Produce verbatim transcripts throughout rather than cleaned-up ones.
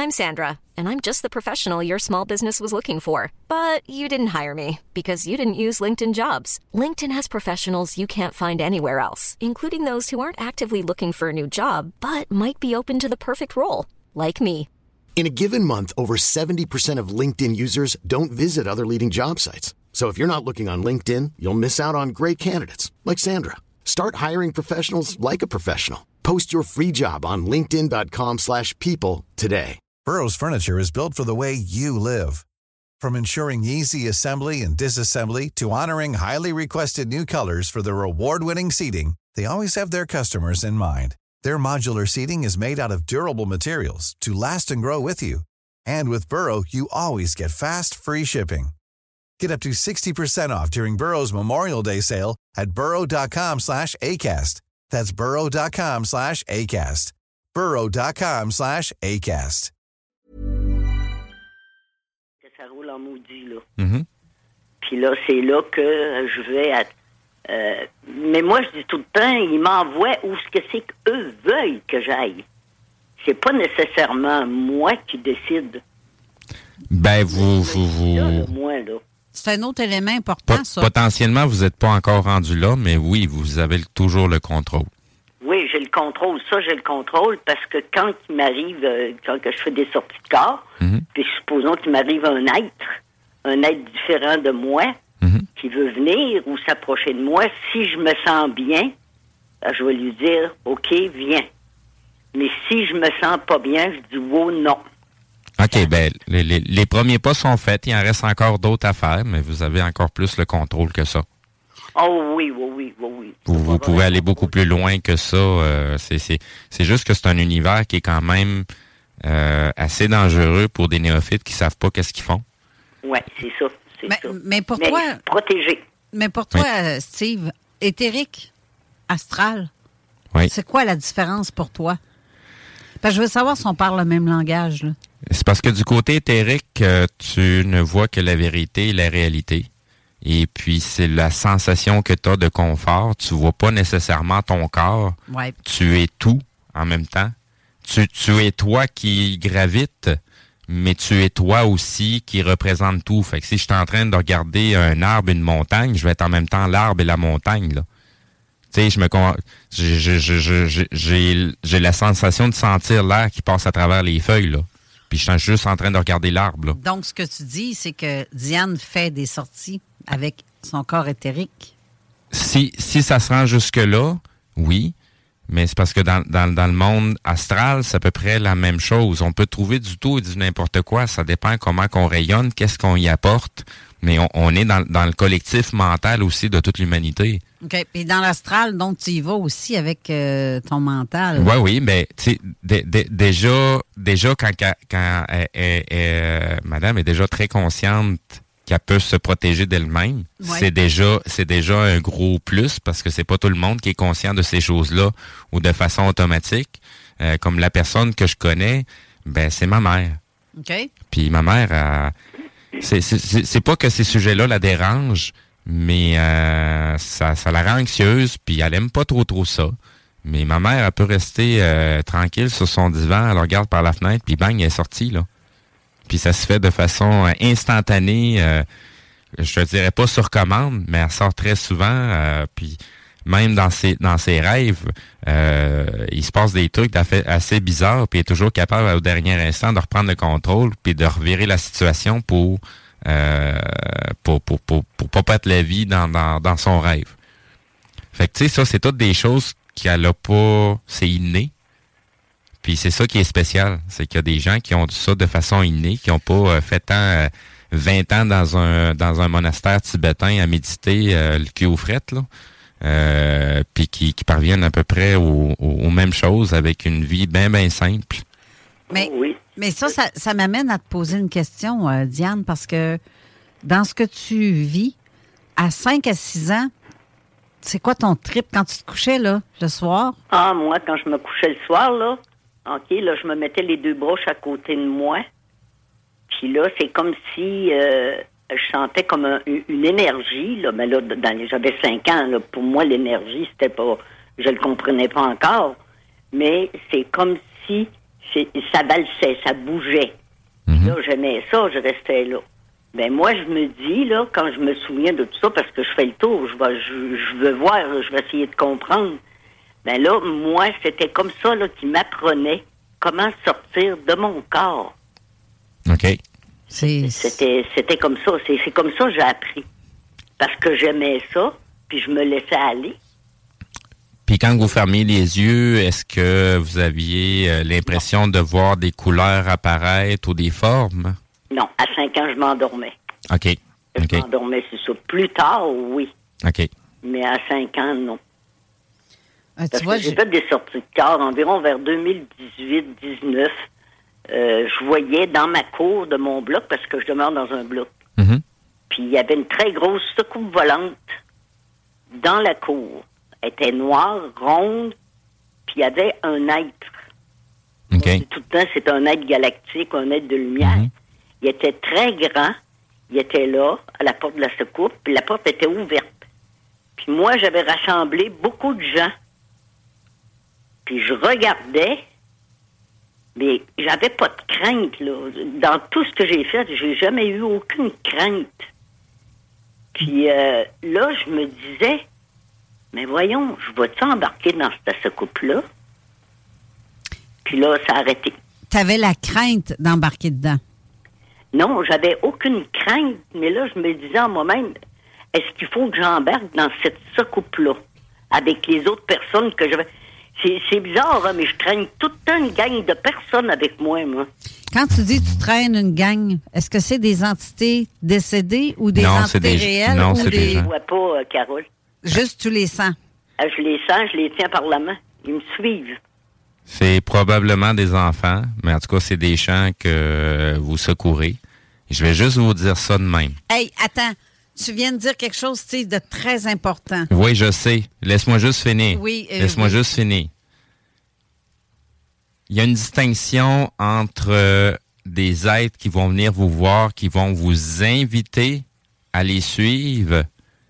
I'm Sandra, and I'm just the professional your small business was looking for. But you didn't hire me because you didn't use LinkedIn Jobs. LinkedIn has professionals you can't find anywhere else, including those who aren't actively looking for a new job, but might be open to the perfect role, like me. In a given month, over seventy percent of LinkedIn users don't visit other leading job sites. So if you're not looking on LinkedIn, you'll miss out on great candidates like Sandra. Start hiring professionals like a professional. Post your free job on linkedin.com slash people today. Burrow's furniture is built for the way you live. From ensuring easy assembly and disassembly to honoring highly requested new colors for their award-winning seating, they always have their customers in mind. Their modular seating is made out of durable materials to last and grow with you. And with Burrow, you always get fast, free shipping. Get up to sixty percent off during Burrow's Memorial Day sale at burrow.com slash ACAST. That's burrow.com slash ACAST. burrow.com slash ACAST. Ça roule en maudit, là. Mm-hmm. Puis là, c'est là que je vais... À, euh, mais moi, je dis tout le temps, ils m'envoient où ce que c'est qu'eux veulent que j'aille. C'est pas nécessairement moi qui décide. Ben, vous... vous, vous... Là, là, moi, là. C'est un autre élément important, Pot- ça. Potentiellement, vous n'êtes pas encore rendu là, mais oui, vous avez toujours le contrôle. Oui, j'ai le contrôle. Ça, j'ai le contrôle parce que quand il m'arrive, euh, quand que je fais des sorties de corps, Mm-hmm. puis supposons qu'il m'arrive un être, un être différent de moi, Mm-hmm. qui veut venir ou s'approcher de moi, si je me sens bien, ben, je vais lui dire, OK, viens. Mais si je me sens pas bien, je dis, oh non. OK, ben, les, les, les premiers pas sont faits. Il en reste encore d'autres à faire, mais vous avez encore plus le contrôle que ça. Oh oui, oui, oui, oui, oui. Vous, vous pouvez aller beaucoup plus loin que ça. Euh, c'est, c'est, c'est juste que c'est un univers qui est quand même euh, assez dangereux pour des néophytes qui savent pas qu'est-ce qu'ils font. Oui, c'est ça. C'est Mais, ça. mais pour Mais toi... protégé. Mais pour toi, Oui. euh, Steve, éthérique, astral, Oui. c'est quoi la différence pour toi? Parce que je veux savoir si on parle le même langage, là. C'est parce que du côté éthérique, euh, tu ne vois que la vérité et la réalité. Et puis, c'est la sensation que tu as de confort. Tu vois pas nécessairement ton corps. Ouais. Tu es tout en même temps. Tu, tu es toi qui gravite, mais tu es toi aussi qui représente tout. Fait que si je suis en train de regarder un arbre, une montagne, je vais être en même temps l'arbre et la montagne, là. Tu sais, je me con... j'ai, j'ai, j'ai, j'ai, j'ai la sensation de sentir l'air qui passe à travers les feuilles, là. Puis je suis juste en train de regarder l'arbre, là. Donc, ce que tu dis, c'est que Diane fait des sorties avec son corps éthérique. Si, si ça se rend jusque-là, oui. Mais c'est parce que dans, dans, dans le monde astral, c'est à peu près la même chose. On peut trouver du tout et du n'importe quoi. Ça dépend comment qu'on rayonne, qu'est-ce qu'on y apporte. Mais on, on est dans, dans le collectif mental aussi de toute l'humanité. OK. Puis dans l'astral, donc, tu y vas aussi avec euh, ton mental. Oui, oui, mais tu sais, d- d- déjà, déjà quand, quand, quand elle, elle, elle, madame est déjà très consciente qu'elle peut se protéger d'elle-même, Ouais. c'est déjà c'est déjà un gros plus parce que c'est pas tout le monde qui est conscient de ces choses-là ou de façon automatique. Euh, comme la personne que je connais, ben c'est ma mère. OK. Puis ma mère, elle, c'est, c'est, c'est, c'est pas que ces sujets-là la dérangent, mais euh, ça, ça la rend anxieuse, puis elle aime pas trop trop ça. Mais ma mère, elle peut rester euh, tranquille sur son divan, elle regarde par la fenêtre, puis bang, elle est sortie, là. Puis ça se fait de façon euh, instantanée, euh, je te dirais pas sur commande, mais elle sort très souvent, euh, puis même dans ses dans ses rêves, euh, il se passe des trucs assez, assez bizarres, puis elle est toujours capable au dernier instant de reprendre le contrôle, puis de revirer la situation pour euh, pour, pour, pour, pour pas perdre la vie dans, dans, dans son rêve. Fait que tu sais, ça, c'est toutes des choses qu'elle a pas, c'est inné. Puis c'est ça qui est spécial, c'est qu'il y a des gens qui ont ça de façon innée, qui ont pas euh, fait tant euh, vingt ans dans un dans un monastère tibétain à méditer euh, le cul aux frettes, là. Euh, puis qui, qui parviennent à peu près aux, aux, aux mêmes choses avec une vie bien, bien simple. Mais, Oui. mais ça, ça, ça m'amène à te poser une question, euh, Diane, parce que dans ce que tu vis, à cinq à six ans, c'est quoi ton trip quand tu te couchais, là, le soir? Ah, moi, quand je me couchais le soir, là, OK, là, je me mettais les deux broches à côté de moi. Puis là, c'est comme si euh, je sentais comme un, une énergie, là. Mais là, dans les, j'avais cinq ans, là. Pour moi, l'énergie, c'était pas... Je le comprenais pas encore. Mais c'est comme si c'est, ça valsait, ça bougeait. Mm-hmm. Là, j'aimais ça, je restais là. Ben moi, je me dis, là, quand je me souviens de tout ça, parce que je fais le tour, je vais, je, je veux voir, je vais essayer de comprendre. Ben là, moi, c'était comme ça, là, qui m'apprenait comment sortir de mon corps. OK. C'est... C'était, c'était comme ça. C'est, c'est comme ça que j'ai appris. Parce que j'aimais ça, puis je me laissais aller. Puis quand vous fermiez les yeux, est-ce que vous aviez euh, l'impression de voir des couleurs apparaître ou des formes? Non, à cinq ans, je m'endormais. OK. Je OK. m'endormais, c'est ça. Plus tard, oui. OK. Mais à cinq ans, non. Ah, tu Parce vois, que j'ai j'ai... fait des sorties de corps environ vers deux mille dix-huit dix-neuf. Euh, je voyais dans ma cour de mon bloc, parce que je demeure dans un bloc, Mm-hmm. puis il y avait une très grosse soucoupe volante dans la cour. Elle était noire, ronde, puis il y avait un être. OK. On dit tout le temps, c'est un être galactique, un être de lumière. Mhm. Il était très grand. Il était là, à la porte de la soucoupe, puis la porte était ouverte. Puis moi, j'avais rassemblé beaucoup de gens. Puis je regardais, mais j'avais pas de crainte, là. Dans tout ce que j'ai fait, j'ai jamais eu aucune crainte. Puis euh, là, je me disais, mais voyons, je vais-tu embarquer dans cette soucoupe-là? Puis là, ça a arrêté. T'avais la crainte d'embarquer dedans. Non, j'avais aucune crainte, mais là, je me disais en moi-même, est-ce qu'il faut que j'embarque dans cette soucoupe-là avec les autres personnes que j'avais... C'est, c'est bizarre, hein, mais je traîne tout le temps une gang de personnes avec moi, moi. Quand tu dis que tu traînes une gang, est-ce que c'est des entités décédées ou des Non, entités c'est des- réelles? non, ou c'est des des... Je gens. vois pas, euh, Carole. Juste tu les sens. Euh, je les sens, je les tiens par la main. Ils me suivent. C'est probablement des enfants, mais en tout cas, c'est des chants que vous secourez. Je vais juste vous dire ça de même. Hey, attends. Tu viens de dire quelque chose, Steve, de très important. Oui, je sais. Laisse-moi juste finir. Oui, euh, Laisse-moi oui. juste finir. Il y a une distinction entre euh, des êtres qui vont venir vous voir, qui vont vous inviter à les suivre,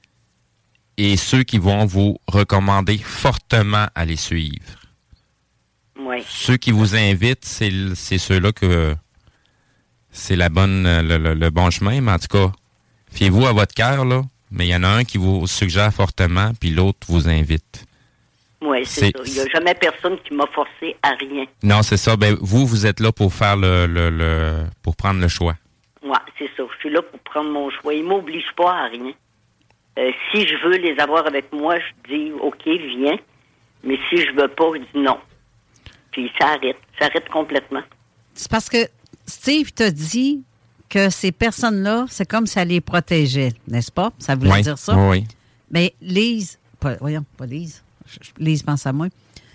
et ceux qui vont vous recommander fortement à les suivre. Oui. Ceux qui vous invitent, c'est, l- c'est ceux-là que c'est la bonne, le, le- le bon chemin, mais en tout cas, fiez-vous à votre cœur, là, mais il y en a un qui vous suggère fortement, puis l'autre vous invite. Oui, c'est, C'est- ça. Il n'y a jamais personne qui m'a forcé à rien. Non, c'est ça. Ben, vous, vous êtes là pour faire le, le, le pour prendre le choix. Oui, c'est ça. Je suis là pour prendre mon choix. Ils ne m'obligent pas à rien. Euh, si je veux les avoir avec moi, je dis OK, viens. Mais si je veux pas, je dis non. Puis ça arrête. Ça arrête complètement. C'est parce que Steve t'a dit que ces personnes-là, c'est comme ça les protégeait, n'est-ce pas? Ça voulait Oui, dire ça? oui, oui. Mais Lise, pas, voyons, pas Lise. Je- je- Lise pense à moi.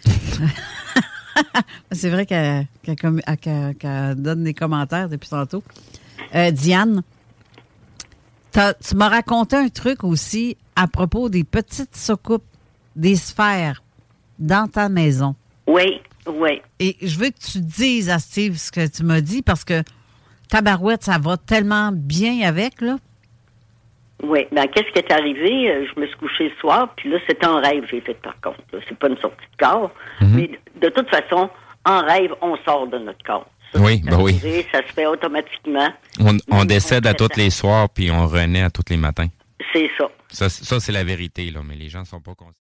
C'est vrai qu'elle, qu'elle com- qu'elle- qu'elle donne des commentaires depuis tantôt. Euh, Diane, t'as- tu m'as raconté un truc aussi à propos des petites soucoupes, des sphères dans ta maison. Oui, oui. Et je veux que tu dises à Steve ce que tu m'as dit parce que tabarouette, ça va tellement bien avec, là. Oui. Ben, qu'est-ce qui est arrivé? Euh, Je me suis couchée le soir, puis là, c'est un rêve, j'ai fait par contre. Là. C'est pas une sortie de corps. Mais de, de toute façon, en rêve, on sort de notre corps. Ça, Oui, c'est ben oui. arrivé, ça se fait automatiquement. On, on Même décède à on tous les soirs, puis on renaît à tous les matins. C'est ça. Ça, ça c'est la vérité, là, mais les gens sont pas conscients.